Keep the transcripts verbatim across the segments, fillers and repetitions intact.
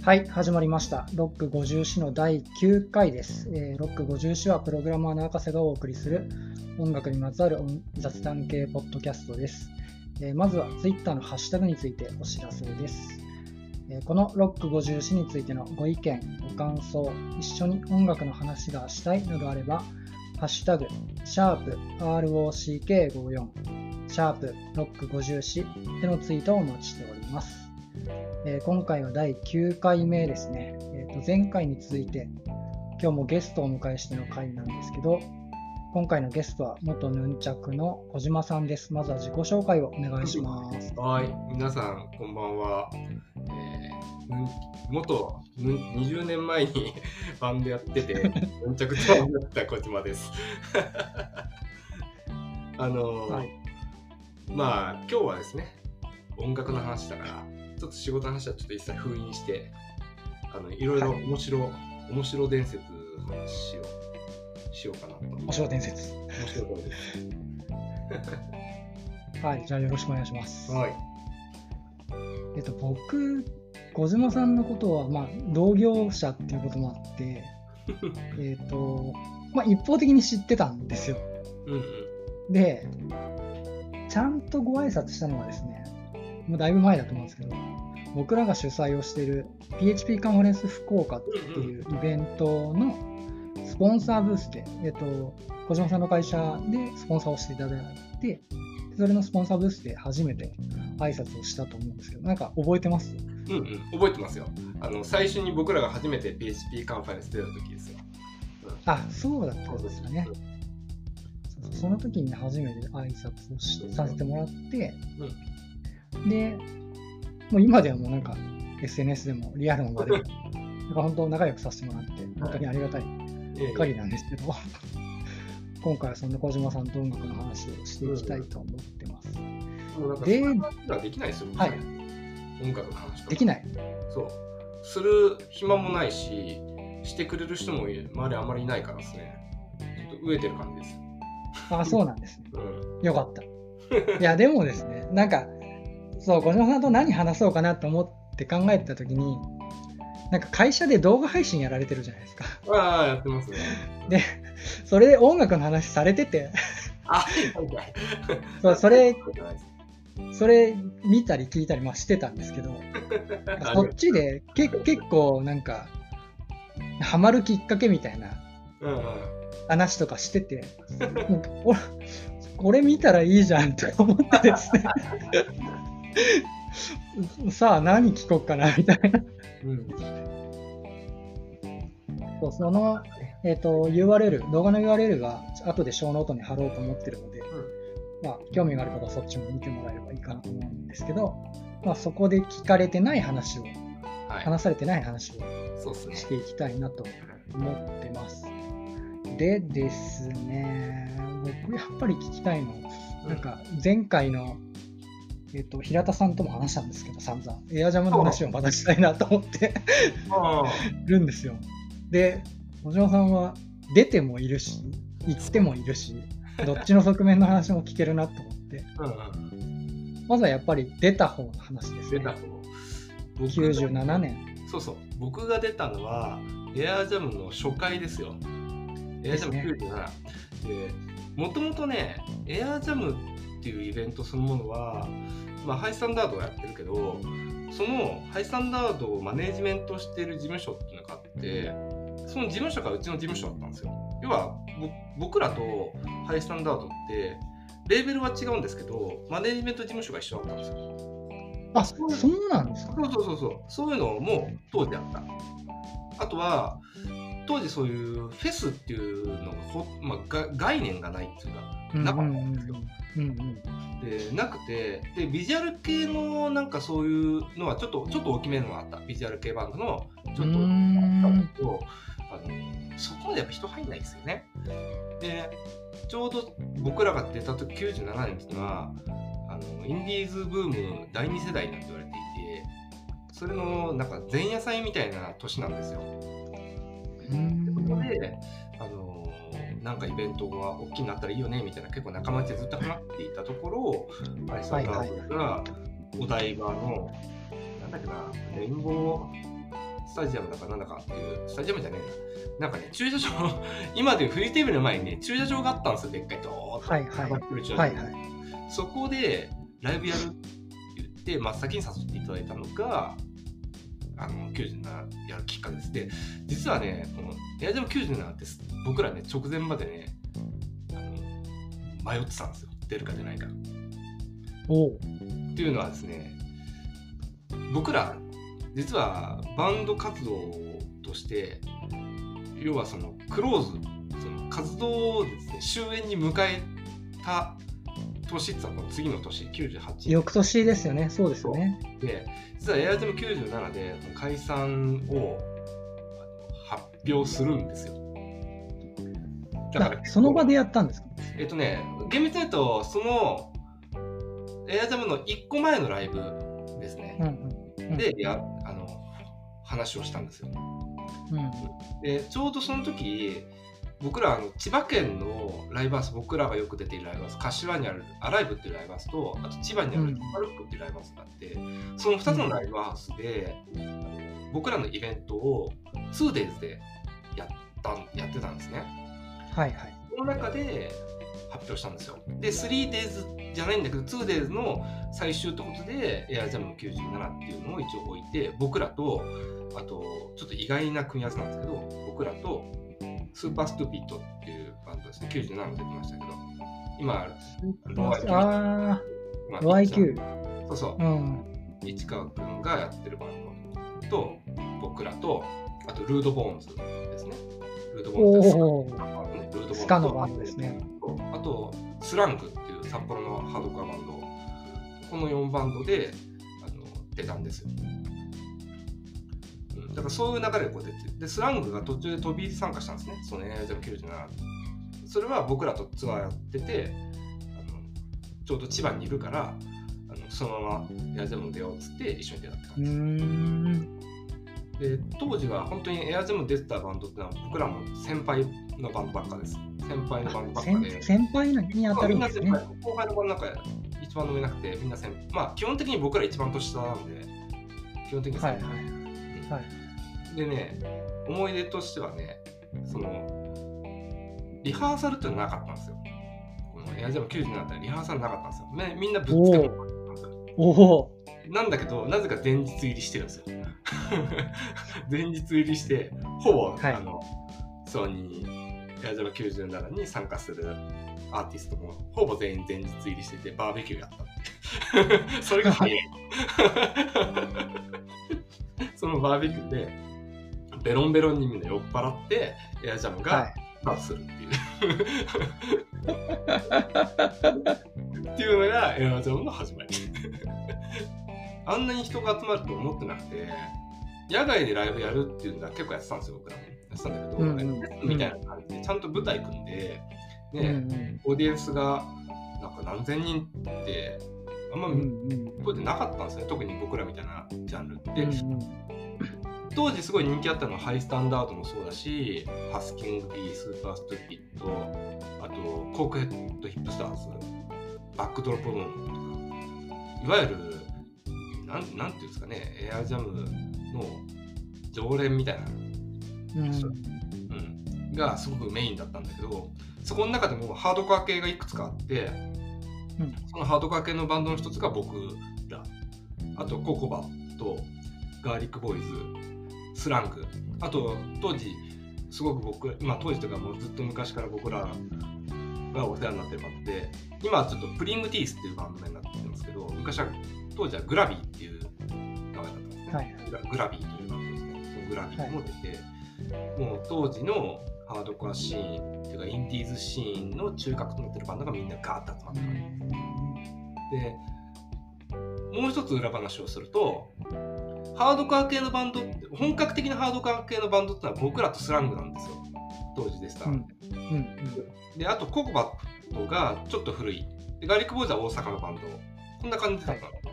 はい、始まりました。ロックごじゅう四のだいきゅうかいです。えーロックごじゅう四はプログラマーの博士がお送りする音楽にまつわる音雑談系ポッドキャストです。えーまずは Twitter のハッシュタグについてお知らせです。えーこのロックごじゅう四についてのご意見、ご感想、一緒に音楽の話がしたいなどあれば、ハッシュタグ、シャープ アールオーシーケーごじゅうよん、シャープロックごじゅう四でのツイートをお待ちしております。えー今回はだいきゅうかいめですね。えーと前回に続いて今日もゲストをお迎えしての回なんですけど、今回のゲストは元ヌンチャクの小島さんです。まずは自己紹介をお願いします。 はい、皆さんこんばんは。えー、ぬん元ぬんにじゅうねんまえにバンドやってて、ヌンチャクとやった小島です。あのーはい、 まあ今日はですね、音楽の話だから、ちょっと仕事の話はちょっと一切封印して、あのいろいろ面白、はい、面白伝説の話をしようかなと。 面白伝説。 面白伝説。はい、じゃあよろしくお願いします。 はい。 えっと僕、小島さんのことはまあ同業者っていうこともあって、えっとまあ一方的に知ってたんですよ。 うんうん。 で、ちゃんとご挨拶したのはですね、もうだいぶ前だと思うんですけど、僕らが主催をしている ピーエイチピー カンファレンス福岡っていうイベントのスポンサーブースで、えっと、小島さんの会社でスポンサーをしていただいて、それのスポンサーブースで初めて挨拶をしたと思うんですけど、なんか覚えてます？ うんうん、覚えてますよ。あの最初に僕らが初めて ピーエイチピー カンファレンス出た時ですよ。 うん、あ、そうだったんですよね。そ, その時に初めて挨拶をしさせてもらって、うん、で、もう今ではもうなんか エスエヌエス でもリアルの場でもなんか本当仲良くさせてもらって本当にありがたい限りなんですけど、はい、今回はそんな小島さんと音楽の話をしていきたいと思ってます。 もうなんかで、そんな話ができないですよ、 はい、 音楽の話とかできない。 そうする暇もないし、してくれる人も周りあんまりいないからですね。ちょっと飢えてる感じです。 あ、そうなんですね。 うん、 よかった。いやでもですね、なんかそう小島さんと何話そうかなと思って考えてた時に、なんか会社で動画配信やられてるじゃないですか。 ああ、やってますね。 で、それで音楽の話されててあ、はいはい。 そうそれそれ見たり聞いたりまあしてたんですけど、そっちでけ結構なんかハマるきっかけみたいな話とかしてて、うんうん、こ, れこれ見たらいいじゃんって思ってですねさあ何聞こうかなみたいな、うん、そうその、えーと、ユーアールエル 動画の ユーアールエル が後でショーノートに貼ろうと思ってるので、うん、まあ、興味がある方はそっちも見てもらえればいいかなと思うんですけど、まあ、そこで聞かれてない話を、はい、話されてない話をしていきたいなと思ってます。でですね、僕やっぱり聞きたいの、なんか前回の、えーと、平田さんとも話したんですけど、散々エアジャムの話をまたしたいなと思ってるんですよ。で、小島さんは出てもいるし、行ってもいるし、どっちの側面の話も聞けるなと思って、うんうん、まずはやっぱり出た方の話ですね。出た方。きゅうじゅうななねん。 そうそう。僕が出たのはエアジャムの初回ですよ。エアジャムきゅうじゅうなな。で、もともとね、エアジャムっていうイベントそのものは、まあ、ハイスタンダードをやってるけど、そのハイスタンダードをマネージメントしている事務所っていうのがあって、その事務所がうちの事務所だったんですよ。要は僕らとハイスタンダードってレーベルは違うんですけど、マネージメント事務所が一緒だったんですよ。 あ、そうなんですか。 そうそうそうそう。そういうのも当時あった。あとは当時そういうフェスっていうのがほ、まあ、が概念がないっていうかなかったんですよ。うんうん、でなくて、でビジュアル系のなんかそういうのはちょっとちょっと大きめのがあった。ビジュアル系バンドのちょっとあったんですけど、あのそこまでやっぱ人入んないですよね。でちょうど僕らが出た時きゅうじゅうななねんっていうのはあのインディーズブームだいに世代なんて言われていて、それのなんか前夜祭みたいな年なんですよ。でそこであのなんかイベントが大きくなったらいいよねみたいな、結構仲間内でずっと話していたところ、ハイスタンダードがお台場のなんだっけな、レインボースタジアムだかなんだかっていうスタジアムじゃねえななんかね駐車場今でいうフリーテーブルの前にね駐車場があったんですよでっかいとはいはいはいはいそこでライブやるって言って真っ先に誘っていただいたのがあのきゅうじゅうななやるきっかけです。で実はねこのエアジャムきゅうじゅうななって僕らね直前までねあの迷ってたんですよ出るか出ないか。 おっていうのはですね僕ら実はバンド活動として要はそのクローズその活動をですね終焉に迎えた年ってのは次の年きゅうじゅうはち翌年ですよね。そうですよね。 で実はエアジャムきゅうじゅうななで解散を発表するんですよ。 だからその場でやったんですか？ えっとね厳密に言うとそのエアジャムのいっこまえのライブですね、うんうん、でやあの話をしたんですよ、うん、でちょうどその時僕らあの千葉県のライブハウス僕らがよく出ているライブハウス柏にあるアライブっていうライブハウスとあと千葉にあるパルックっていうライブハウスがあって、うん、そのふたつのライブハウスで、うん、僕らのイベントを ツーデイズ でやったやってたんですね。 はいはい。 その中で発表したんですよ。で スリーデイズ じゃないんだけど ツーデイズ の最終ってことでエアジャムきゅうじゅうななっていうのを一応置いて僕らとあとちょっと意外な組み合わせなんですけど僕らとスーパーストゥピットっていうバンドですねきゅうじゅうななも出てましたけど今ロワイキューそうそう、うん、市川くんがやってるバンドと僕らとあとルードボーンズですね。ルードボーンズです。 スカのバンドですね。 あとスラングっていう札幌のハードコアバンドこのよんバンドであの出たんですよ、うん、だからそういう流れでこう出てでスラングが途中で飛び入り参加したんですねその エアジャムきゅうじゅうななそれは僕らとツアーやっててあのちょうど千葉にいるからあのそのままエアジャム出ようっつって一緒に出たって感じです。うーんで当時は本当にエアジャム出てたバンドってのは僕らも先輩のバンドばっかです。先輩のバンドばっかで。 先輩に当たるんですね。 後輩のバンドの中で一番飲めなくてみんな先輩。まあ基本的に僕ら一番年下なんで基本的に先輩。はいはいはい、でね思い出としてはねそのリハーサルってのはなかったんですよ。このエアジャムきゅうじゅうになったらリハーサルなかったんですよ。みんなぶっつけてもらったんですよ。おお。なんだけどなぜか前日入りしてるんですよ。前日入りしてほぼ、はい、あのソニーエアジャムきゅうじゅうななに参加するアーティストもほぼ全員前日入りしててバーベキューやったってそれが早いそのバーベキューでベロンベロンにみんな酔っ払ってエアジャムがバスするっていう、はい、っていうのがエアジャムの始まりあんなに人が集まると思ってなくて野外でライブやるっていうのは結構やってたんですよ僕らもやってたんだけど、うんうん、みたいな感じでちゃんと舞台組んで、ねうんうん、オーディエンスがなんか何千人ってあんま声でなかったんですね特に僕らみたいなジャンルって、うんうん、当時すごい人気あったのはハイスタンダードもそうだしハスキング B スーパーストゥピットあとコークヘッドヒップスターズバックドロップムーンとかいわゆるなんなんていうんですかねエアジャムの常連みたいな、うんうん、がすごくメインだったんだけどそこの中でもハードコア系がいくつかあって、うん、そのハードコア系のバンドの一つが僕らあとココバとガーリックボーイズスラングあと当時すごく僕まあ当時というかもうずっと昔から僕らがお世話になってるバンドで今はちょっとプリングティースっていうバンド名になってますけど昔は当時はグラビーっていう名前だったんですね、はい、グラビーというバンドですねそのグラビーも出て、はい、もう当時のハードコアシーンっていうかインディーズシーンの中核となってるバンドがみんなガーッと集まってるでもう一つ裏話をするとハードコア系のバンドって本格的なハードコア系のバンドってのは僕らとスラングなんですよ当時でした、うんうんうん、であとココバットがちょっと古いでガーリックボーイズは大阪のバンドこんな感じだったの、はい、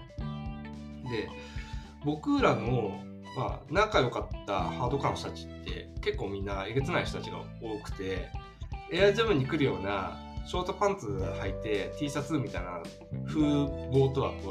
で僕らの、まあ、仲良かったハードコアの人たちって結構みんなえげつない人たちが多くてエアジャムに来るようなショートパンツ履いて T シャツみたいな風貌とはこう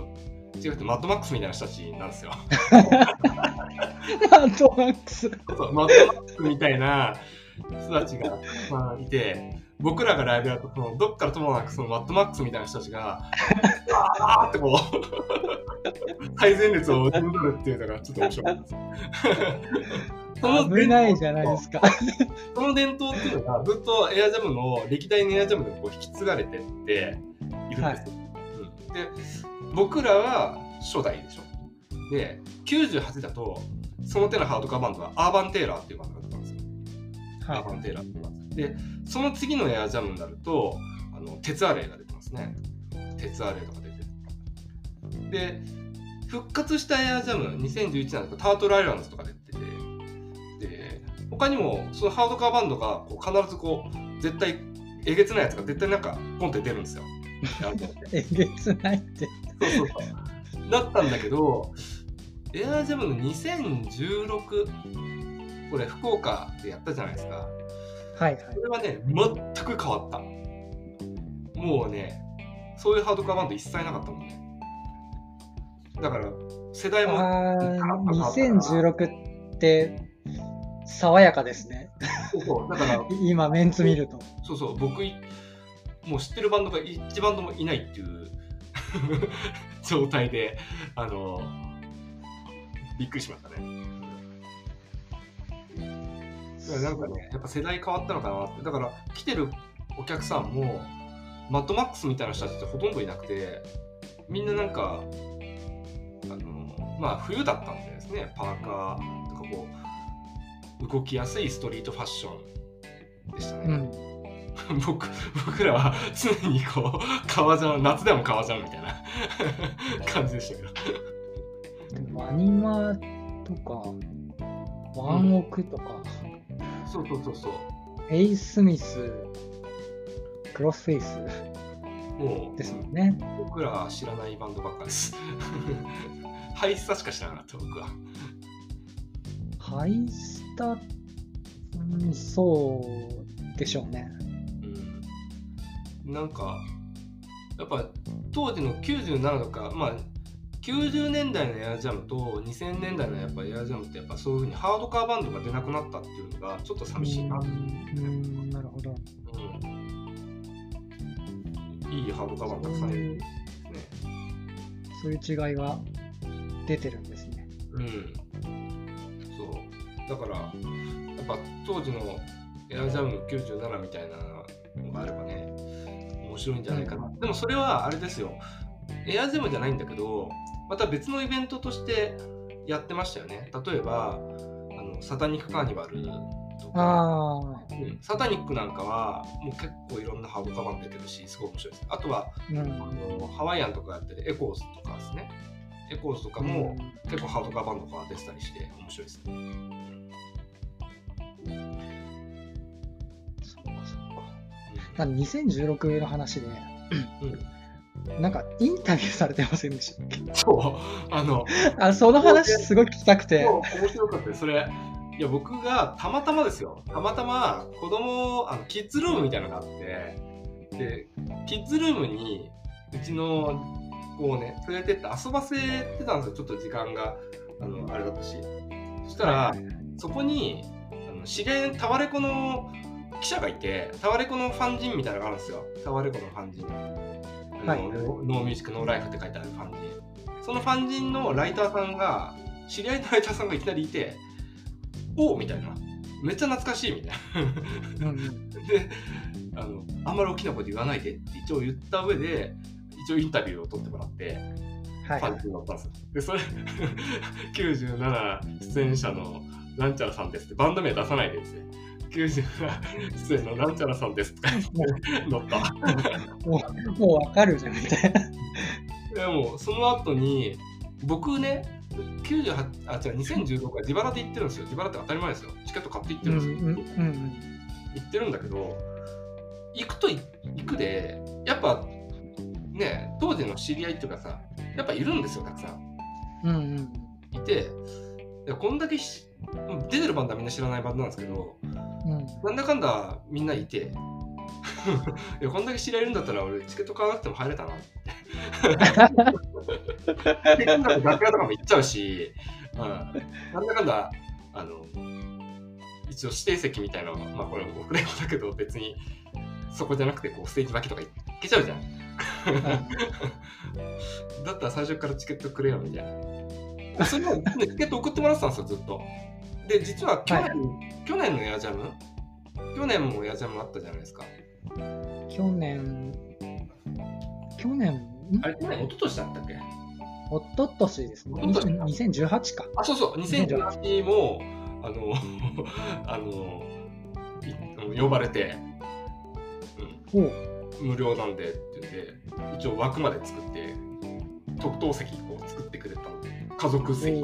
違ってマッドマックスみたいな人たちなんですよ。 マッドマックス。 そうマッドマックスみたいな人たちが、まあ、いて、僕らがライブやると、そのどっからともなくそのマッドマックスみたいな人たちが、あーってこう、最前列を踊るっていうのがちょっと面白かったです。その危ないじゃないですか。 その伝統っていうのがずっとエアジャムの歴代のエアジャムでこう引き継がれてっているんですよ。はい、うん、で僕らは初代でしょ。できゅうじゅうはちだとその手のハードカーバンドはアーバンテーラーっていうバンドだったんですよ。はい、アーバンテーラーっていうバンドで、その次のエアジャムになるとあの鉄アレイが出てますね。鉄アレイとか出てる。で復活したエアジャムにせんじゅういちねんだとタートルアイランズとか出てて、で他にもそのハードカーバンドがこう必ずこう絶対えげつないやつが絶対なんかポンって出るんですよ。 えげつないって。 そうそうそうだったんだけど、エアジャムのにせんじゅうろくこれ福岡でやったじゃないですか。 はいはい。 これはね全く変わった。もうねそういうハードカーバンド一切なかったもんね。だから世代もあにせんじゅうろくって爽やかですね。 そうそうだから今メンツ見るとそうそう僕もう知ってるバンドが一バンドもいないっていう状態であのびっくりしましたね。だからなんかねやっぱ世代変わったのかなって。だから来てるお客さんもマッドマックスみたいな人たちってほとんどいなくて、みんななんかあのまあ冬だったんでですね、パーカーとかこう動きやすいストリートファッションでしたね。うん、僕, 僕らは常にこう革ジャン、夏でも革ジャンみたいな感じでしたけど。 でもアニマとかワンオクとか、 うん、そうそうそうそう。 エイスミス、クロスフェイスもうですもんね。 僕らは知らないバンドばっかです。ハイスタしか知らなかった僕は。 ハイスタ、うん、そうでしょうね。 うん、なんかやっぱ当時のきゅうじゅうななとか、まあきゅうじゅうねんだいのエアジャムとにせんねんだいのやっぱエアジャムってやっぱそういう風にハードカーバンドが出なくなったっていうのがちょっと寂しいな。うん、 うんなるほど。 うん、いいハードカーバンドたくさんいるんですね。 そういう違いが出てるんですね。 うん。そうだからやっぱ当時のエアジャムきゅうじゅうななみたいなのがあればね面白いんじゃないかな。うん、でもそれはあれですよ。エアジャムじゃないんだけどまた別のイベントとしてやってましたよね。例えばあのサタニックカーニバルとか、 あ、 うん、サタニックなんかはもう結構いろんなハードカバン出てるしすごく面白いです。あとは、うん、あのハワイアンとかやってるエコーズとかですね。エコーズとかも結構ハードカバンとか出てたりして面白いですね。 そうかそうか。にせんじゅうろくの話で、うんなんかインタビューされてませんでしたっけ？ そうあのあその話すごい聞きたくて。 面白かったです。それいや僕がたまたまですよ。たまたま子供あのキッズルームみたいなのがあってでキッズルームにうちの子をね連れてって遊ばせてたんですよ。ちょっと時間があのあれだったし。そしたら、はい、そこにあの知り合いのタワレコの記者がいてタワレコのファンジンみたいなのがあるんですよ。タワレコのファンジン。はい、ノーミュージックノーライフって書いてあるファンジン。そのファンジンのライターさんが知り合いのライターさんがいきなりいておーみたいなめっちゃ懐かしいみたいな、うん、であのあんまり大きな声で言わないでって一応言った上で一応インタビューを取ってもらって、はい、ファンジンに乗ったんですよ。でそれきゅうじゅうなな出演者のなんちゃらさんですってバンド名出さないでってきゅうじゅうなな出演のなんちゃらさんですって乗ったもう、もう分かるじゃんみたいな。 でもその後に僕ねきゅうじゅうはちあ違うにせんじゅうろくは自腹で行ってるんですよ。自腹って当たり前ですよ。チケット買って行ってるんですよ。うんうんうん、行ってるんだけど行くと行くでやっぱね当時の知り合いっていうかさやっぱいるんですよたくさん、うんうん、いてこんだけ出てるバンドはみんな知らないバンドなんですけど、うん、なんだかんだみんないていやこんだけ知り合いいるんだったら俺チケット買わなくても入れたなってで、今度楽屋とかも行っちゃうし、うん、なんだかんだ、あの、一応指定席みたいなのまあこれも遅れだけど、別にそこじゃなくてこうステージ脇とか行けちゃうじゃん。だったら最初からチケットくれよみたいな。それは、ね、チケット送ってもらってたんですよ、ずっと。で、実は去年、はい、去年のエアジャム去年もエアジャムあったじゃないですか。 去年、去年あれ、去年、一昨年だったっけ？ 一昨年ですね。にせんじゅうはちか。 あ、そうそう、にせんじゅうはちも、あの、あの、呼ばれて、うん、無料なんでって言って、一応枠まで作って、特等席を作ってくれたので、家族席。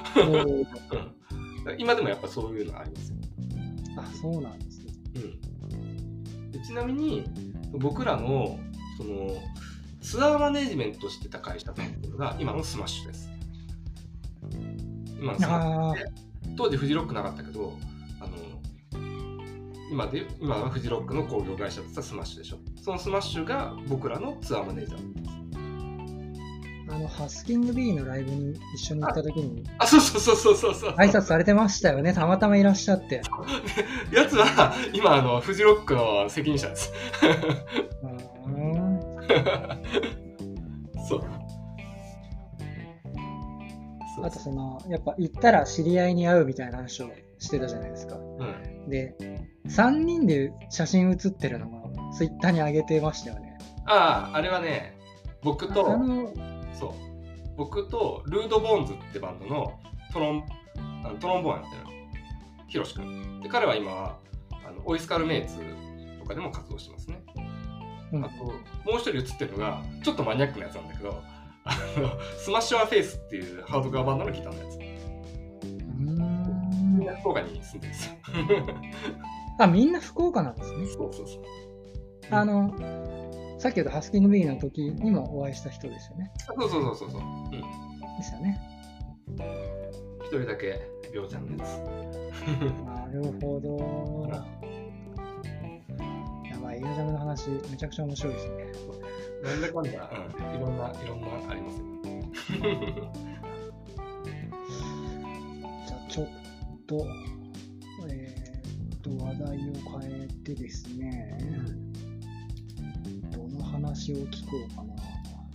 今でもやっぱそういうのありますよ。 あ、そうなんですね。 うん、でちなみに、僕らの、その、ツアーマネジメントしてた会社っていうのが今のスマッシュです。今のスマッシュで当時フジロックなかったけど、あの今で今はフジロックの興行会社だったスマッシュでしょ。そのスマッシュが僕らのツアーマネージャーです。 あのハスキング B のライブに一緒に行った時に、 あ、そうそうそうそうそうそう。 挨拶されてましたよね。たまたまいらっしゃって。 やつは今あのフジロックの責任者です。そう。 あとそのやっぱ行ったら知り合いに会うみたいな話をしてたじゃないですか。うん、でさんにんで写真写ってるのもツイッターに上げてましたよね。 ああ、あれはね、僕とあのそう僕とルード・ボーンズってバンドのトロンあのトロンボーンやってるヒロシ君で、彼は今はあのオイスカルメイツとかでも活動してますね。うん、あともう一人写ってるのがちょっとマニアックなやつなんだけど、あのスマッシュアフェイスっていうハードコアバンドのギターのやつ。みんな福岡に住んでるんですよ。 あ、みんな福岡なんですね。 そうそうそう。 あのさっき言ったハスキング B の時にもお会いした人ですよね。 そうそうそうそうそう。うん。 ですよね。 一人だけりょうちゃんのやつ。 なるほど。やばい、エアジャムの話めちゃくちゃ面白いですね。 なんだかんだ、うん、いろんないろんなありますよ。 じゃあちょっとえー、っと話題を変えてですね、どの話を聞こうかな。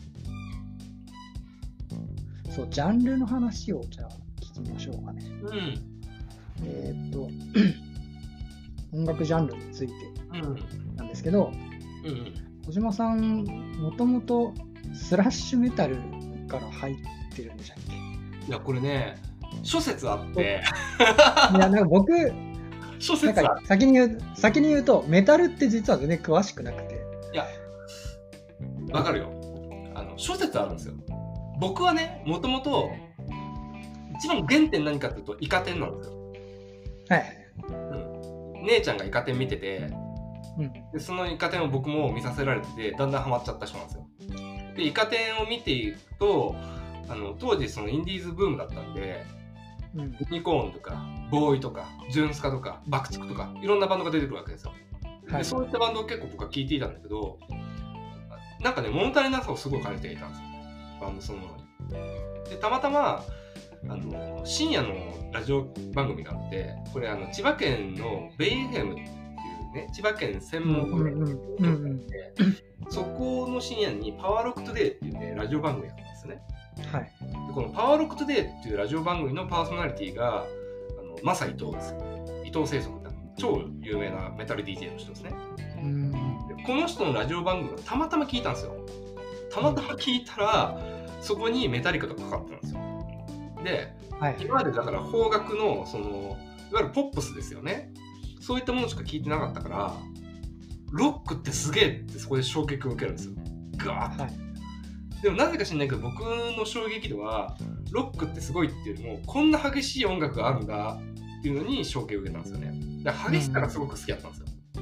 そう、ジャンルの話をじゃあ聞きましょうかね。 うん、 えー、っと音楽ジャンルについてなんですけど、 うんうん小島さん、もともとスラッシュメタルから入ってるんでしたっけ？ いや、これね、諸説あって。 いや、なんか僕、 諸説あって先に言う、先に言うと、メタルって実は全然詳しくなくて。 いや、わかるよ。あの、諸説あるんですよ。僕はね、もともと、一番原点何かっていうと、イカ天なんですよ。 はい。 うん。姉ちゃんがイカ天見てて、 うん、 でそのイカ天を僕も見させられてて、だんだんハマっちゃった人なんですよ。でイカ天を見ていくと、あの当時そのインディーズブームだったんで、うん、ユニコーンとかボーイとかジュンスカとか爆竹とかいろんなバンドが出てくるわけですよ。はい、でそういったバンドを結構僕は聴いていたんだけど、なんかね物足りなさをすごい感じていたんですよ、バンドそのものに。でたまたまあの深夜のラジオ番組があって、これあの千葉県のベイ エフエムね、千葉県専門局があって、そこの深夜にパワーロックトゥデイっていうねラジオ番組があるんですね。 はい。 でこのパワーロックトゥデイっていうラジオ番組のパーソナリティがあのマサ伊藤ですよ。伊藤清則って超有名なメタル ディージェー の人ですね。 うんでこの人のラジオ番組をたまたま聞いたんですよ。たまたま聞いたらそこにメタリカとかかかってたんですよ。で、はい、今までだから邦楽のそのいわゆるポップスですよね。そういったものしか聞いてなかったから、ロックってすげえってそこで衝撃を受けるんですよ。ガーッと、はい、でもなぜか知らないけど僕の衝撃度はロックってすごいっていうよりもこんな激しい音楽があるんだっていうのに衝撃を受けたんですよね。だから激しさがすごく好きだったんですよ。うん、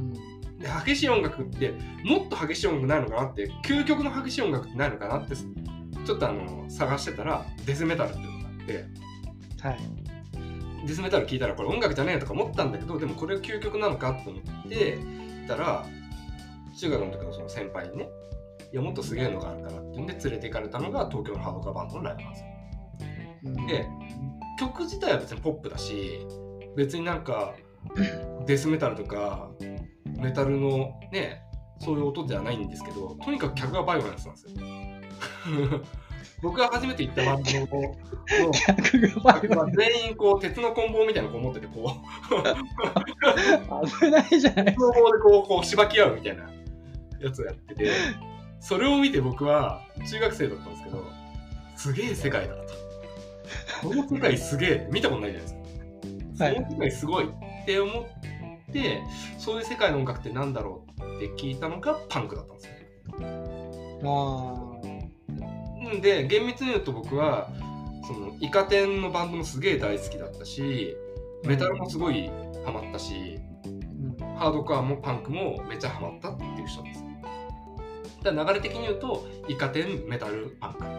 で激しい音楽ってもっと激しい音楽ないのかなって、究極の激しい音楽ってないのかなってちょっとあの探してたらデスメタルっていうのがあって、はい、デスメタル聞いたらこれ音楽じゃねえとか思ったんだけど、でもこれが究極なのかと思ってたら、中学の時のその先輩にね、 いやもっとすげえのがあるからっていうんで連れて行かれたのが東京のハードコアバンドのライブなんですよ。うん、で曲自体は別にポップだし、別になんかデスメタルとかメタルのねそういう音ではないんですけど、とにかく客がバイオレンスなんですよ。僕が初めて行ったバンドの客が全員こう鉄の棍棒みたいなのを持っててこう危ないじゃないですか。 棍棒でこうこうしばき合うみたいなやつをやってて、それを見て僕は中学生だったんですけど、すげえ世界だと、この世界すげえ見たことないじゃないですか。その世界すごいって思って、そういう世界の音楽ってなんだろうって聞いたのがパンクだったんですよ。 あで厳密に言うと僕はそのイカ天のバンドもすげえ大好きだったし、メタルもすごいハマったし、うん、ハードコアもパンクもめっちゃハマったっていう人です。だから流れ的に言うとイカ天メタルパンク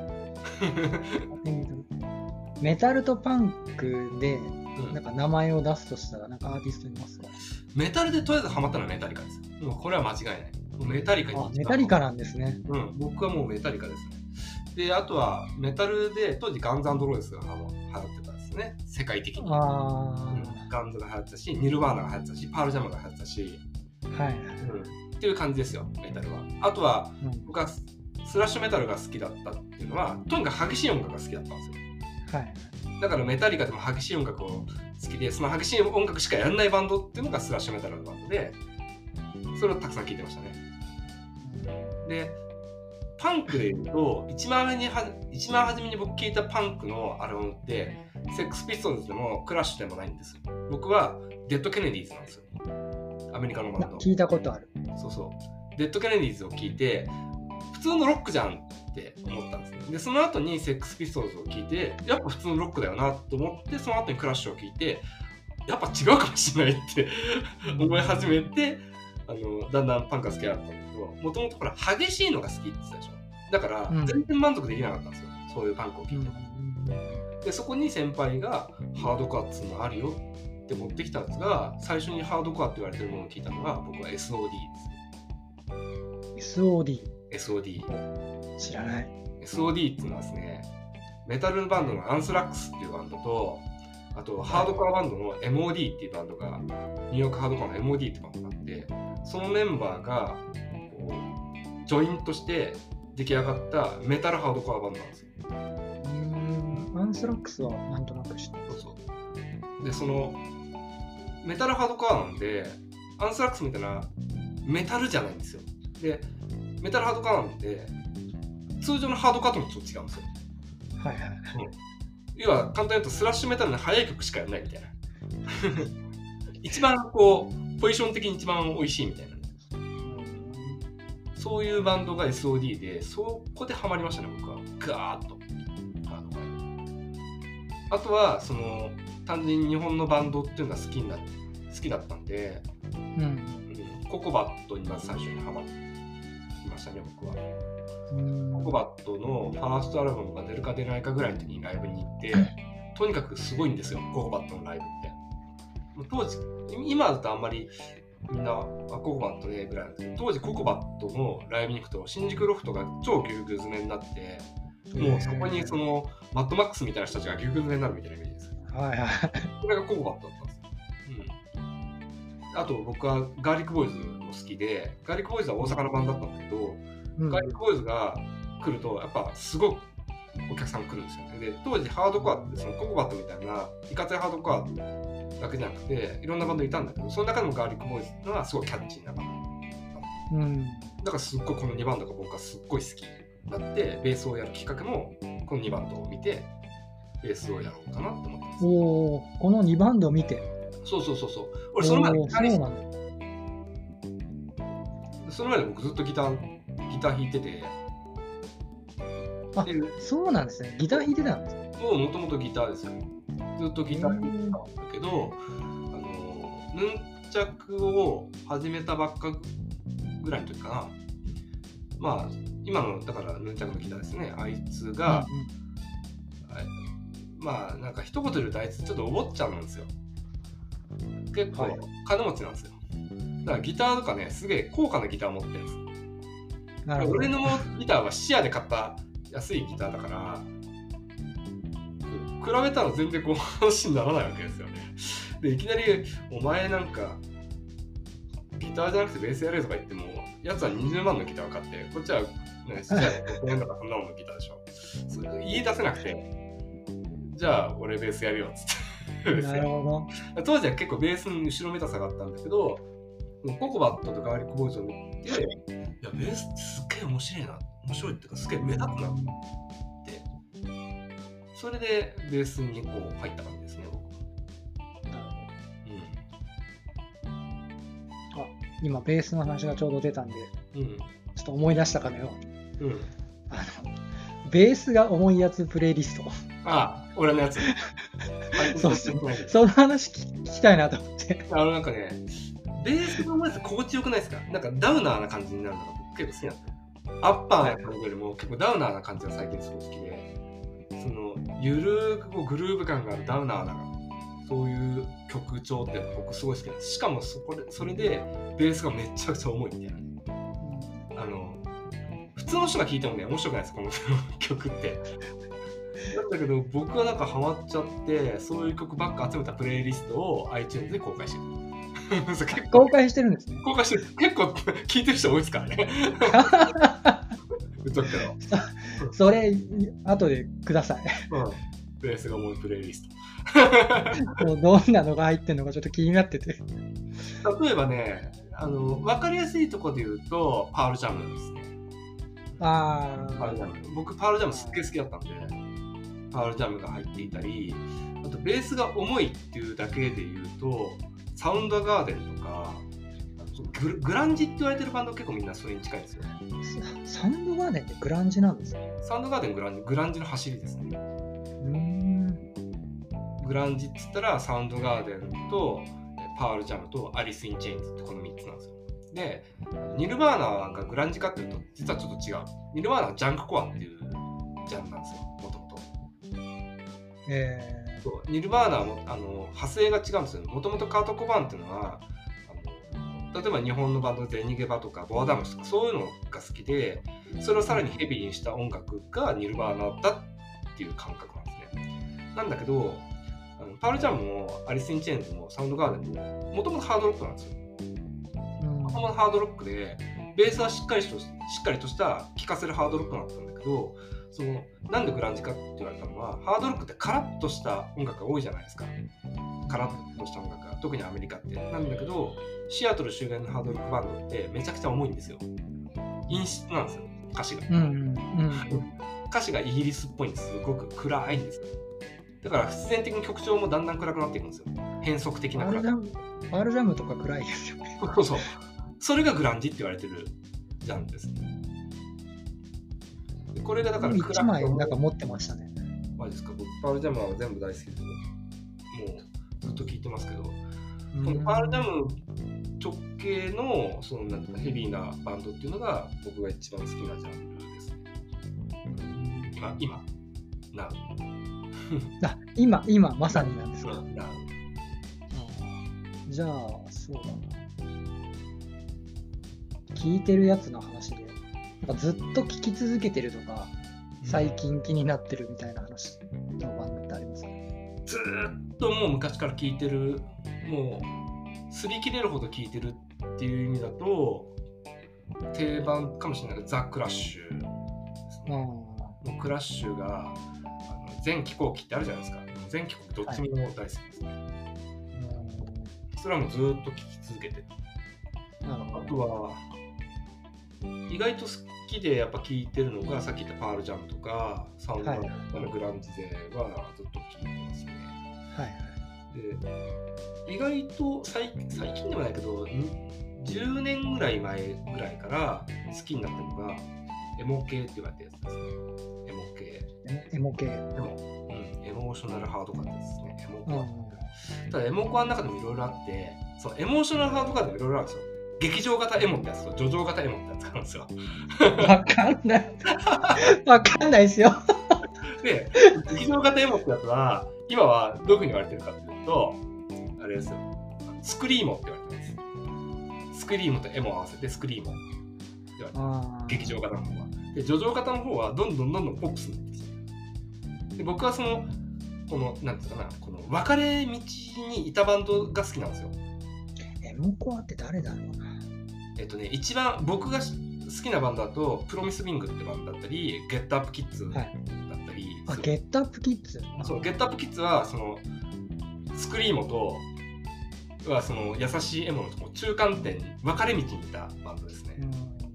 メタルとパンクでなんか名前を出すとしたらなんかアーティストいますか？ メタルでとりあえずハマったのはメタリカです。もうこれは間違いない。メタリカにあメタリカなんですね。 うん、僕はもうメタリカですね。であとはメタルで当時ガンズ&ローゼスが流行ってたんですね、世界的に。 あ、 うん、ガンズが流行ってたし、ニルバーナが流行ってたし、パールジャムが流行ってたし、 はい、 うん、っていう感じですよメタルは。あとは、うん、僕はスラッシュメタルが好きだったっていうのはとにかく激しい音楽が好きだったんですよ。 はい、 だからメタリカでも激しい音楽を好きで、その激しい音楽しかやらないバンドっていうのがスラッシュメタルのバンドで、それをたくさん聴いてましたね。でパンクでいうと一番初めには一番初めに僕聴いたパンクのアルバムってセックスピストルズでもクラッシュでもないんですよ。僕はデッド・ケネディーズなんですよ、アメリカのバンド。 聞いたことある。 そうそうデッド・ケネディーズを聴いて普通のロックじゃんって思ったんですね。でその後にセックスピストルズを聴いてやっぱ普通のロックだよなと思って、その後にクラッシュを聴いてやっぱ違うかもしれないって思い始めて、あのだんだんパンクが好きだったんだけど、もともとほら激しいのが好きって言ってたでしょ。だから全然満足できなかったんですよ、うん、そういうパンクを聴いても、うん、でそこに先輩がハードコアっつうのあるよって持ってきたんですが、最初にハードコアって言われてるものを聞いたのが僕は エスオーディー です。 エスオーディーエスオーディー知らない。 エスオーディー っていうのはですね、メタルバンドのアンスラックスっていうバンドと、あとハードコアバンドの エムオーディー っていうバンドが、ニューヨークハードコアの エムオーディー ってバンドがあって、そのメンバーがこうジョイントして出来上がったメタルハードコアバンドなんですよ。 うーん、アンスラックスはなんとなく知ってます。 そうそう。でそのメタルハードコアなんで、アンスラックスみたいなメタルじゃないんですよ。でメタルハードコアなんで通常のハードコアともちょっと違うんですよ。 はいはい、うん、 要は簡単に言うとスラッシュメタルの速い曲しかやらないみたいな一番こうポジション的に一番美味しいみたいな、そういうバンドが エスオーディー で、そこでハマりましたね僕はガーッと。あとはその単純に日本のバンドっていうのが好きにな好きだったんで、うんうん、ココバットにまず最初にハマってきましたね僕は。ココバットのファーストアルバムが出るか出ないかぐらいの時にライブに行って、とにかくすごいんですよココバットのライブって。当時今だとあんまりみんなココバットでぐらいなんですけど、当時ココバットのライブに行くと新宿ロフトが超ぎゅうぎゅう詰めになって、もうそこにそのマッドマックスみたいな人たちがぎゅうぎゅう詰めになるみたいなイメージです。 はいはい。 これがココバットだったんですよ。うん。あと僕はガーリックボーイズも好きで、ガーリックボーイズは大阪のバンドだったんだけど、うん、ガーリックボーイズが来るとやっぱすごいお客さん来るんですよね。で当時ハードコアってそのココバットみたいないかついハードコアだけじゃなくていろんなバンドいたんだけど、その中でもガーリックボーイズっていうのはすごいキャッチーなバンド、うん、だからすっごいこのにバンドが僕はすっごい好きになって、ベースをやるきっかけもこのにバンドを見てベースをやろうかなと思ってます。 おー、このにバンドを見て。 そうそうそうそう。俺その前でギターにその前で僕ずっとギターギター弾いてて。 あ、そうなんですね。ギター弾いてたんですね。 もうもともとギターですよ。ずっとギター弾いてたんだけど、あのヌンチャクを始めたばっかぐらいの時かな。まあ今のだからヌンチャクのギターですね。あいつが、うんうん、まあなんか一言で言うとあいつちょっとお坊ちゃんなんですよ。結構金持ちなんですよ。だからギターとかね、すげえ高価なギター持ってるんです。 俺のギターはシアで買った安いギターだから比べたら全然こう話にならないわけですよね。でいきなりお前なんかギターじゃなくてベースやれとか言ってもやつはにじゅうまんのギターを買ってこっちは、ね、シアでごひゃくえんとかそんなもんのギターでしょ。それ言い出せなくてじゃあ俺ベースやるよっつってなるほど。 当時は結構ベースの後ろめたさがあったんだけどココバットとかガーリックボーイズを見ていやベースってすっげえ面白いな面白いっていうかすげえ目立つなってそれでベースにこう入った感じですね僕は。なるほど、うん、あ今ベースの話がちょうど出たんで、うん、ちょっと思い出したかのように、うん、あのベースが重いやつプレイリストああ俺のやつそうそうその話聞きたいなと思ってあのなんかねベースの重いやつ心地よくないですか。なんかダウナーな感じになるのが結構好きなんですよ。アッパーな感じよりも結構ダウナーな感じが最近すごい好きでそのゆるーくこうグルーヴ感があるダウナーなそういう曲調って僕すごい好きなんです。しかもそこでそれでベースがめちゃくちゃ重いみたいなあの普通の人が聴いてもね面白くないですこの曲ってなんだけど僕はなんかハマっちゃってそういう曲ばっか集めたプレイリストを iTunes で公開してる結構公開してるんですね。 公開してる結構聴いてる人多いですからね言っとくけどそれ後でください、 うん、ベースが重いプレイリストもうどんなのが入ってるのかちょっと気になってて例えばねあの分かりやすいところで言うとパールジャムですね。 あパールジャム僕パールジャムすっげえ好きだったんでパールジャムが入っていたりあとベースが重いっていうだけで言うとサウンドガーデンとかグ, グランジって言われてるバンド結構みんなそれに近いんですよね。 サウンドガーデンってグランジなんですか。 サウンドガーデングランジグランジの走りですね。 うーんグランジって言ったらサウンドガーデンとパールジャムとアリス・イン・チェインズってこのみっつなんですよ。でニルバーナがグランジかっていうと実はちょっと違う。ニルバーナはジャンクコアっていうジャンルなんですよもともと。 えーニルバーナはあの派生が違うんですよ。もともとカート・コバーンっていうのはあの例えば日本のバンドでゼニゲバとかボアダムスとかそういうのが好きでそれをさらにヘビーにした音楽がニルバーナだっていう感覚なんですね。なんだけどあのパールジャムもアリス・イン・チェーンズもサウンドガーデンももともとハードロックなんですよ。もともとハードロックでベースはしっかりとしっかりとした聴かせるハードロックだったんだけどそのなんでグランジかって言われたのはハードロックってカラッとした音楽が多いじゃないですか。カラッとした音楽が特にアメリカってなんだけどシアトル周辺のハードロックバンドってめちゃくちゃ重いんですよ。陰湿なんですよ歌詞が、うんうんうん、歌詞がイギリスっぽいんです。すごく暗いんですよ。だから必然的に曲調もだんだん暗くなっていくんですよ。変則的な暗さ。 パールジャムとか暗いですよね。 そうそうそれがグランジって言われてるジャンルです。これがだからいちまいなんか持ってましたね。 マジですか。僕パールジャムは全部大好きでもうずっと聴いてますけどこのパールジャム直系のそのなんていうかヘビーなバンドっていうのが僕が一番好きなジャンルですね。今今なあ今今まさになんですか。な、うん、じゃあそうだな聴いてるやつの話でなんかずっと聴き続けてるとか最近気になってるみたいな話のバンドってありますか。 ずっともう昔から聴いてるもう擦り切れるほど聴いてるっていう意味だと定番かもしれないけどザ・クラッシュですね。もうクラッシュがあの全気候機ってあるじゃないですか。全気候機どっちも大好きですね、はい、それはもうずっと聴き続けてる。あとは意外と好きでやっぱ聴いてるのがさっき言ったパールジャムとかサウンドガーデンのグランジ勢はずっと聴いてますね。はい、で意外と 最, 最近でもないけどじゅうねんぐらい前ぐらいから好きになったのがエモ系って言われたやつですね。エモ系エモ系エモ、うん、エモーショナルハードカードですね。エモコア、うん、ただエモコアの中でもいろいろあってそのエモーショナルハードカードもいろいろあるんですよ。劇場型エモってやつと叙情型エモってやつがあるんですよ。 わかんないわかんないですよ。 で劇場型エモってやつは今はどういうふうに言われてるかっていうとあれですよスクリーモって言われてます。スクリーモとエモを合わせてスクリーモ劇場型の方は。で叙情型の方はどんどんどんどんポップスになってきて、で僕はそのこのなんていうかな、この分かれ道にいたバンドが好きなんですよ。 エモコアって誰だろうな。 えっとね一番僕が好きなバンドだとプロミスビングってバンドだったり、ゲットアップキッズだったり、 はい、あゲットアップキッズ。 そうゲットアップキッズはそのスクリーモとはその優しいエモのとこ中間点に分かれ道にいたバンドですね。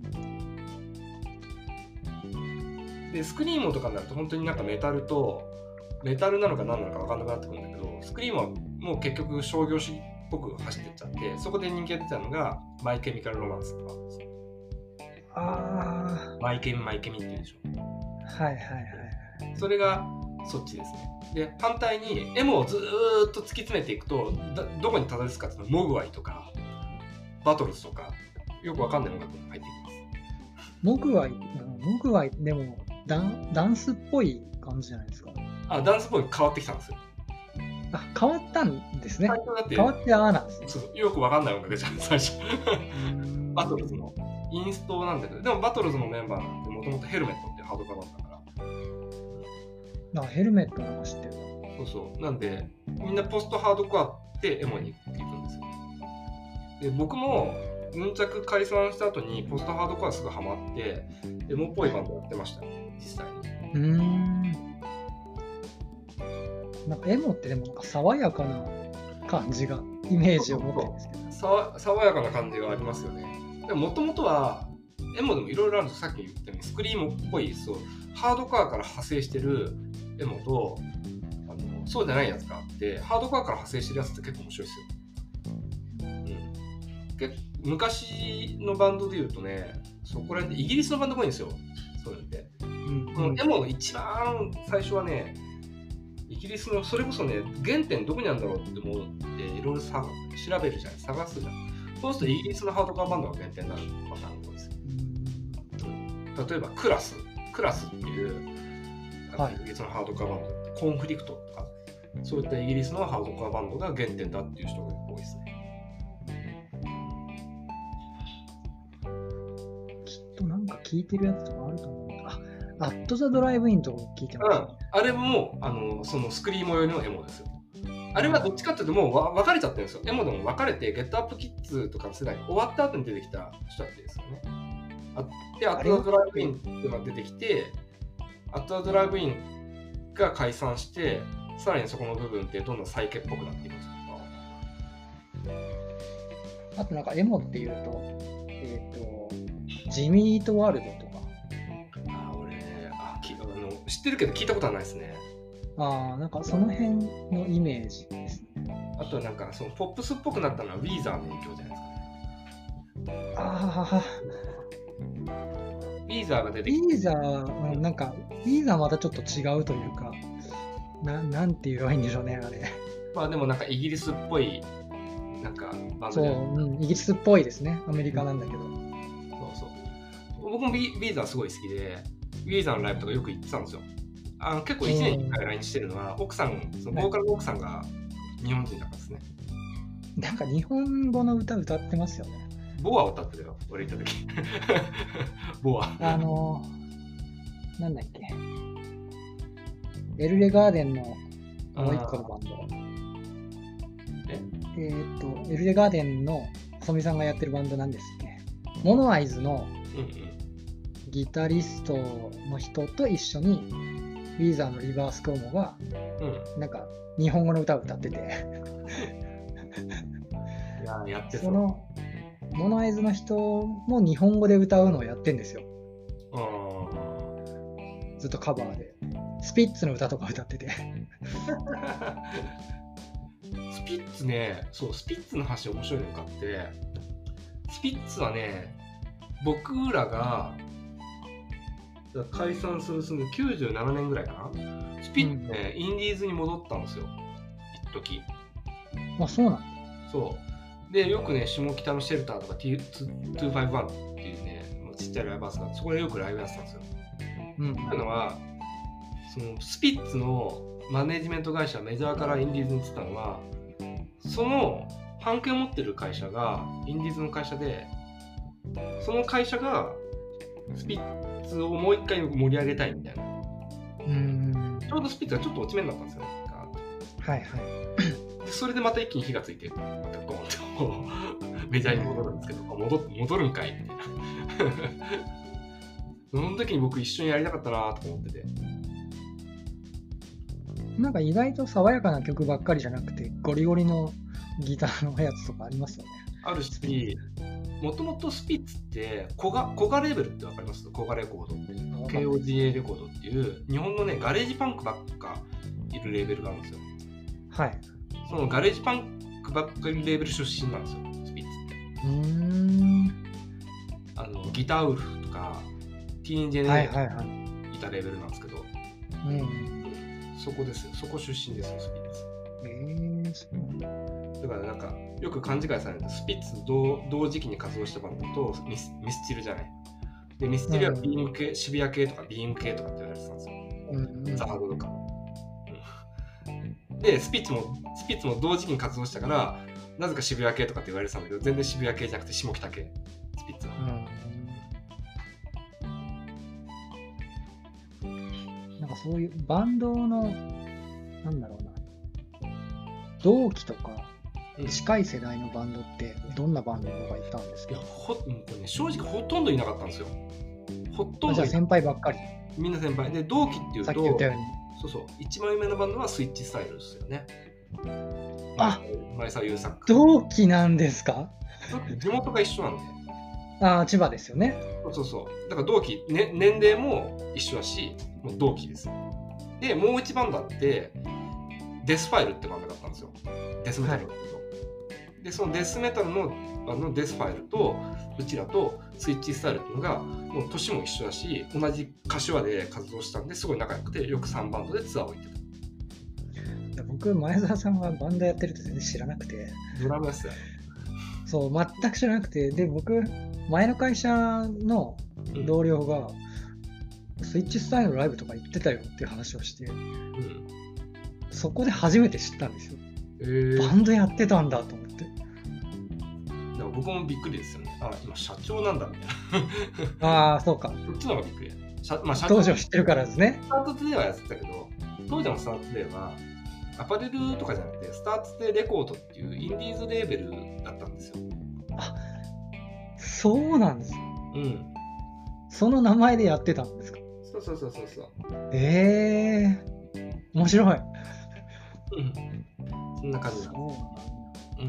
でスクリーモとかになると本当になんかメタルとメタルなのか何なのか分かんなくなってくるんだけど、スクリームはもう結局商業主義っぽく走ってっちゃって、そこで人気が出たのがマイケミカルロマンスとかです。 あマイケミマイケミって言うでしょ。 はいはいはいはい。 それがそっちですね。で反対にエモをずーっと突き詰めていくとどこにたどり着くかっていうとモグワイとかバトルズとかよくわかんない音楽が入ってきます。 モグワイモグワイでもダン、ダンスっぽい感じじゃないですか。 あ、ダンスっぽい変わってきたんですよ。 あ、変わったんですね。 だって変わってああなんですね。 そうよくわかんない音楽じゃん最初。バトルズのインストなんだけど、でもバトルズのメンバーなんてもともとヘルメットっていうハードカバンだから。 あ、ヘルメットなんか知ってる。 そうそう。なんでみんなポストハードコアってエモに行くんですよ。で僕もヌンチャク解散した後にポストハードコアすぐハマってエモっぽいバンドやってましたね、実際に。 うーん。なんかエモってでもなんか爽やかな感じがイメージを持ってるんですけど、 さ爽やかな感じがありますよね。でももともとはエモでもいろいろあるんです。さっき言ったようにスクリームっぽいそうハードコアから派生してるエモとあのそうじゃないやつがあって、ハードコアから派生してるやつって結構面白いですよ。昔のバンドでいうとね、そこら辺でイギリスのバンドが多いんですよ。そういうので、うんうん、このエモの一番最初はね、イギリスのそれこそね、原点どこにあるんだろうって思っていろいろ調べるじゃん、探すじゃん。そうするとイギリスのハードコアバンドが原点になるパターンが多いですよ。うん、例えばクラス、クラスっていう、はい、イギリスのハードコアバンドってコンフリクトとか、そういったイギリスのハードコアバンドが原点だっていう人が多いですね。 なんか聞いてるやつとかあると思う。あ、アットザドライブインとか聞いてます、ね、 うん、あれもあのそのスクリーム用のエモですよ。あれはどっちかっていうともうわ分かれちゃってるんですよ。エモでも分かれてゲットアップキッズとかの世代が終わった後に出てきた人たちですよね。あで、アットザドライブインっていうのが出てきて、アットザドライブインが解散して、さらにそこの部分ってどんどんサイケっぽくなっていくんですよ。 あとなんかエモっていうと、えっとジミー・イート・ワールドとか。 あ、俺あきあの知ってるけど聞いたことはないですね。 ああ、なんかその辺のイメージですね。 あとなんかそのポップスっぽくなったのはウィーザーの影響じゃないですかね。 ああ、 ウィーザーが出てきて。 ウィーザー、なんかウィーザーまたちょっと違うというか、ななんて言えばいいんでしょうね、あれ。 まあでもなんかイギリスっぽいなんかバンドそう、うん、イギリスっぽいですね。アメリカなんだけど。 僕もビーザーすごい好きで、ビーザーのライブとかよく行ってたんですよ。あの結構いちねんにいっかい来日してるのは、奥さん、そのボーカルの奥さんが日本人だからですね。 なんか日本語の歌歌ってますよね。 ボアを歌ってたよ、俺行った時。ボア。 あのー、なんだっけ。エルレガーデンのもう一個のバンド。ええー、っと、エルレガーデンの細見さんがやってるバンドなんですっけ。モノアイズの、うんうん、ギタリストの人と一緒にウィーザーのリバースクオモが、うん、なんか日本語の歌を歌ってていややってそう。 そのモノアイズの人も日本語で歌うのをやってんですよ。あずっとカバーでスピッツの歌とか歌っててスピッツね、そうスピッツの話面白いのがあって、スピッツはね、僕らが解散するするきゅうじゅうななねんぐらいかな。スピッツね、うん、インディーズに戻ったんですよ、一時。 あ、そうなんだ。 そうで、よくね、下北のシェルターとかにひゃくごじゅういちっていうね、ちっちゃいライブハウスがあって、そこでよくライブやってたんですよ。うん、というのは、そのスピッツのマネジメント会社、メジャーからインディーズに移ったのは、その版権を持ってる会社がインディーズの会社で、その会社がスピッツをもう一回盛り上げたいみたいな。 うん。 ちょうどスピッツがちょっと落ち目になったんですよね。 はいはい。 でそれでまた一気に火がついて、またゴーンとメジャーに戻るんですけど、戻, 戻るんかいみたいな。その時に僕一緒にやりたかったなと思ってて。 なんか意外と爽やかな曲ばっかりじゃなくて、ゴリゴリのギターのやつとかありますよね。 あるし、もともとスピッツってコガ、コガレーベルってわかります？コガレコードっていう、ケーオージーエー レコードっていう日本のねガレージパンクばっかいるレーベルがあるんですよ。 はい。 そのガレージパンクばっかりレーベル出身なんですよ、スピッツって。 うーん。 あのギターウルフとかティーンジェネレーションいたレーベルなんですけど、 うん、 そこですよ、そこ出身ですよ、スピッツ。 えー、そうだからなんかよく勘違いされるんです。スピッツ同同時期に活動したバンドとミス、ミスチルじゃない。でミスチルはビーム系、うん、渋谷系とかビーム系とかって言われてたんですよ。うん、ザハードとか。うん、でスピッツもスピッツも同時期に活動したからなぜか渋谷系とかって言われてたんだけど、全然渋谷系じゃなくて下北系、スピッツは。 うん、なんかそういうバンドのなんだろうな、同期とか近い世代のバンドってどんなバンドがいたんですか？ いやほ、ね、正直ほとんどいなかったんですよ。ほとんど。 じゃあ先輩ばっかり。 みんな先輩で、同期っていうとさっき言ったように、 そうそう、一番有名なバンドはスイッチスタイルですよね。 あ、 前澤友作。 同期なんですか？ だって地元が一緒なんで。 ああ、千葉ですよね。 そうそうそう。だから同期、ね、年齢も一緒だし、もう同期です。で、もう一バンドあって、デスファイルってバンドだったんですよ。デスメタルの、はい、で、そのデスメタルのあのデスファイルとうちらとスイッチスタイルっていうのがもう年も一緒だし、同じ柏で活動したんですごい仲良くて、よくさんバンドでツアーを行ってた。僕、前澤さんはバンドやってるって全然知らなくて。 ドラムですよ。 そう、全く知らなくて、で、僕、前の会社の同僚が、うん、スイッチスタイルのライブとか行ってたよっていう話をして、うん、そこで初めて知ったんですよ。えー、バンドやってたんだと思って。 だから僕もびっくりですよね。あ、今社長なんだみたいな。 ああ、そうか。 そっちの方がびっくり。 まあ、当時を知ってるからですね。 スタートトゥデイはやってたけど、当時のスタートトゥデイはアパレルとかじゃなくて、スタートトゥデイレコードっていうインディーズレーベルだったんですよ。 あ、そうなんです。 うん。 その名前でやってたんですか？ そうそうそうそうそう。 ええー、面白い。 うん。そんな感じだ。うん。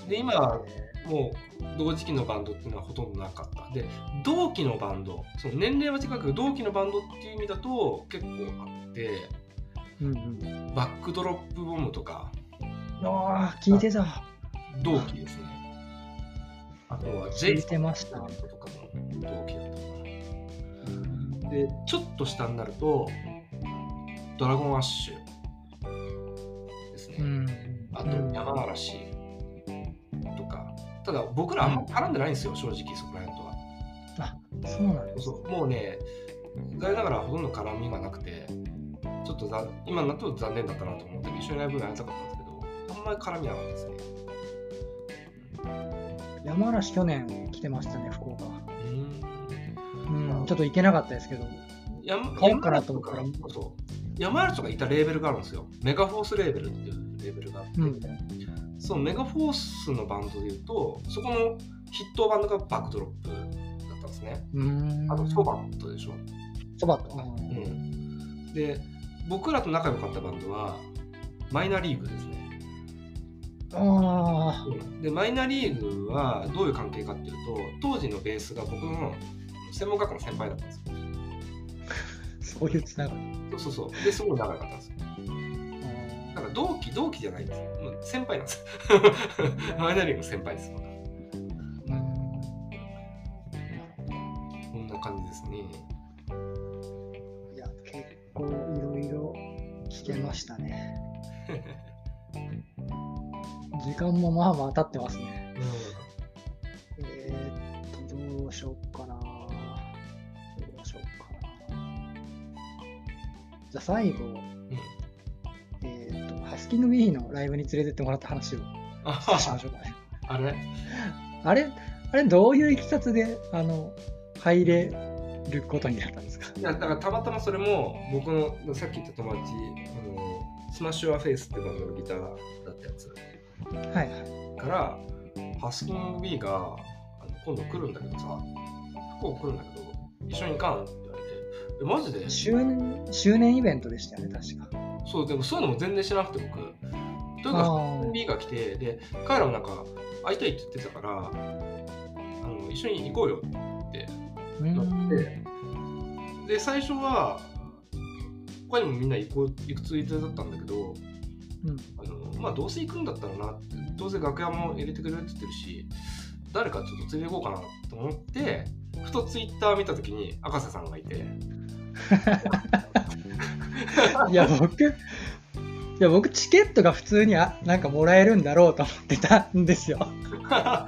で、今はもう同時期のバンドっていうのはほとんどなかった。で、同期のバンド、その年齢は違うけど同期のバンドっていう意味だと結構あって、うんうん、バックドロップボムとか。 ああ、聞いてた。 同期ですね。あとはジェイソンとかの同期だったかな。で、ちょっと下になるとドラゴンアッシュですね。うん、あと山嵐とか。ただ僕らあんま絡んでないんですよ、うん、正直そこら辺とは。 あ、そうなんですね。 そうもうね、残念ながらほとんど絡みがなくて、ちょっとざ今だと残念だったなと思って一緒にライブがやりたかったんですけど、あんまり絡みなかったですね。 山嵐去年来てましたね、福岡。うん、うん、ちょっと行けなかったですけど、買おうかなと思ったら。 山嵐とかいたレーベルがあるんですよ。メガフォースレーベルっていうレーベルがあって、うん、そのメガフォースのバンドでいうと、そこの筆頭バンドがバックドロップだったんですね。うんあとソバットでしょ。 ソバット、 うん、で、僕らと仲良かったバンドはマイナーリーグですね。 あでマイナーリーグはどういう関係かっていうと、当時のベースが僕の専門学校の先輩だったんですよ。 そういうつながり。 そうそうそう。ですごい仲良かったんですよ。だから同期同期じゃないんですよ。先輩なんです。マイナーリーグの先輩です。うん。こんな感じですね。 いや結構いろいろ聞けましたね。時間もまあまあ経ってますね。うん、えー、っと、どうしようかな。どうしようかな。じゃあ最後、うん、えー、っと、ハスキングビーのライブに連れてってもらった話をしましょうかね。 あれあれあれどういういきさつで、あの、入れることになったんですか？ いやだからたまたまそれも僕のさっき言った友達、あのスマッシュアフェイスってバンドのギターだったやつ、 はいはい、 からハスキング B があの今度来るんだけどさ、福岡来るんだけど一緒に行かんって言われて、えマジで周年周年イベントでしたよね確か。 そうでもそういうのも全然知らなくて僕というかハスキング B が来て、で彼らもなんか会いたいって言ってたから、あの一緒に行こうよってなって、で最初は他にもみんな行こう行くついでだったんだけど、うん、あのまあどうせ行くんだったらなって、どうせ楽屋も入れてくれるって言ってるし、誰かちょっとついで行こうかなと思って、ふとツイッター見たときに赤瀬さんがいていや僕いや僕チケットが普通にあなんかもらえるんだろうと思ってたんですよあ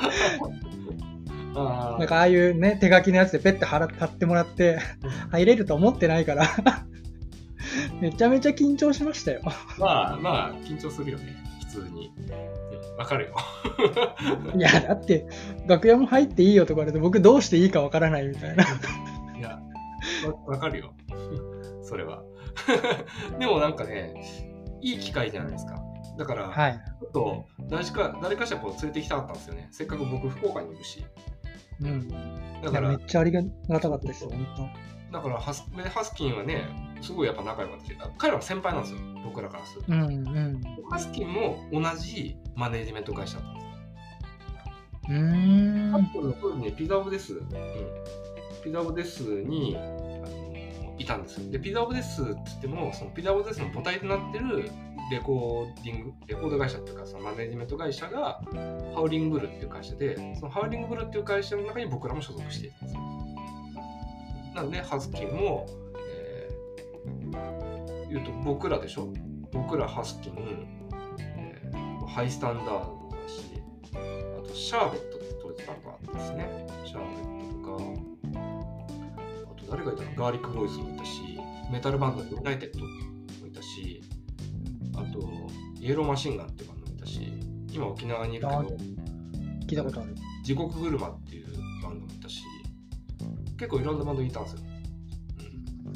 なんかああいうね手書きのやつでペッて貼ってもらって入れると思ってないからめちゃめちゃ緊張しましたよ。 まあまあ緊張するよね普通に。わかるよいやだって楽屋も入っていいよとか言われて僕どうしていいかわからないみたいな。 いや わ, わかるよそれはでもなんかねいい機会じゃないですか。だから、はい、ちょっと誰か誰かしらこう連れてきたかったんですよね。せっかく僕福岡にいるし、 うん、だからめっちゃありがたかったですよ本当。 だからハ ス, ハスキンはねすごいやっぱ仲良かったし、彼らは先輩なんですよ僕らからすると、うんうん、ハスキンも同じマネージメント会社だったんですよ。うーんハスキンの当時ねピザオブデス、うん、ピザオブデスにあのいたんですよ。でピザオブデスって言ってもそのピザオブデスの母体となってるレコーディングレコード会社っていうかそのマネージメント会社がハウリングブルっていう会社で、そのハウリングブルっていう会社の中に僕らも所属していたんですよ。なんでハスキンも、えー、言うと僕らでしょ、僕らハスキン、えー、ハイスタンダードだし、あとシャーベットって当時バンドあったんですね。シャーベットとか、あと誰がいたの、ガーリックボーイズもいたし、メタルバンドユナイテッドもいたし、あとイエローマシンガンってバンドもいたし、今沖縄にいるけど聞いたことある地獄車っていうバンドもいたし、結構いろんなバンドいたんですよ、うん、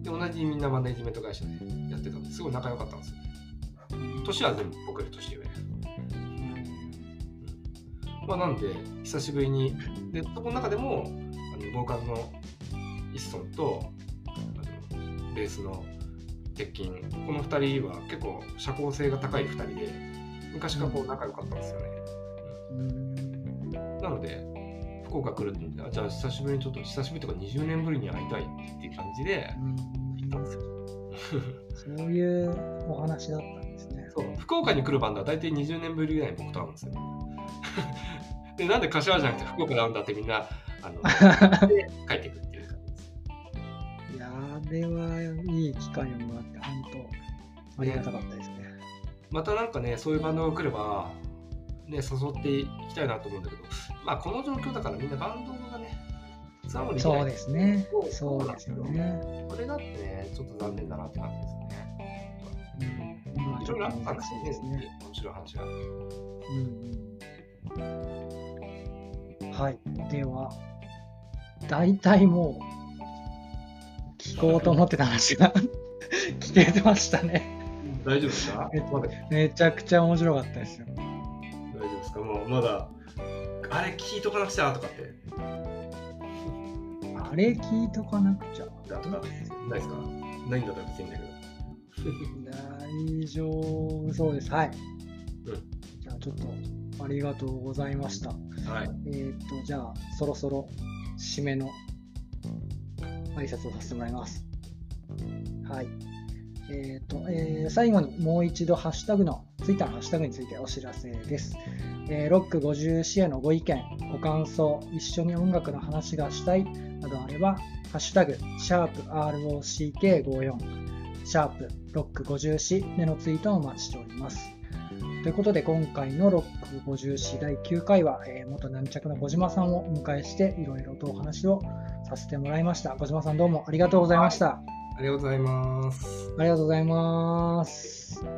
で同じみんなマネージメント会社でやってたんですごい仲良かったんですよね。年は全部僕より年上、うん、まあなんで久しぶりにで、そこの中でもあのボーカルのイッソンとあのベースの鉄筋、このふたりは結構社交性が高いふたりで昔からこう仲良かったんですよね、うん、なので福岡来るって言って、じゃあ久しぶりにちょっと久しぶりとかにじゅうねんぶりに会いたいっていう感じで行ったんですよ。 そういうお話だったんですね。 そう、福岡に来るバンドは大体にじゅうねんぶりぐらいに僕と会うんですよ。で、なんで柏じゃなくて福岡で会うんだってみんなあので帰っていくっていう感じです。 いやー、あれはいい機会をもらって本当ありがたかったですね。 またなんかね、そういうバンドが来ればね、誘っていきたいなと思うんだけど、まあこの状況だからみんなバンドがね、ツアーもできない。 そうですね。そうですよね。 これだってね、ちょっと残念だなって感じですね。うん、まあ、いろいろあったんですですね。面白い話が。 うん、はい。では、大体もう聞こうと思ってた話が聞けてましたね。 大丈夫ですか？ めちゃくちゃ面白かったですよ。 大丈夫ですか？もうまだあれ聞いとかなくちゃとかってあれ聞いとかなくちゃだとかないですか？ないんだったら別にいいんだけど大丈夫そうです。はい、うん、じゃあちょっとありがとうございました。はい、えー、っとじゃあそろそろ締めの挨拶をさせてもらいます。はい、えーとえー、最後にもう一度ハッシュタグのツイッターのハッシュタグについてお知らせです。えー、ロックごじゅうよんへのご意見、ご感想、一緒に音楽の話がしたいなどあれば、ハッシュタグ、シャープ アールオーシーケーごじゅうよん、シャープロックごじゅうよんでのツイートをお待ちしております。ということで、今回のロックごじゅうよんだいきゅうかいは、えー、元軟着の小島さんをお迎えして、いろいろとお話をさせてもらいました。小島さんどうもありがとうございました。 ありがとうございます。 ありがとうございます。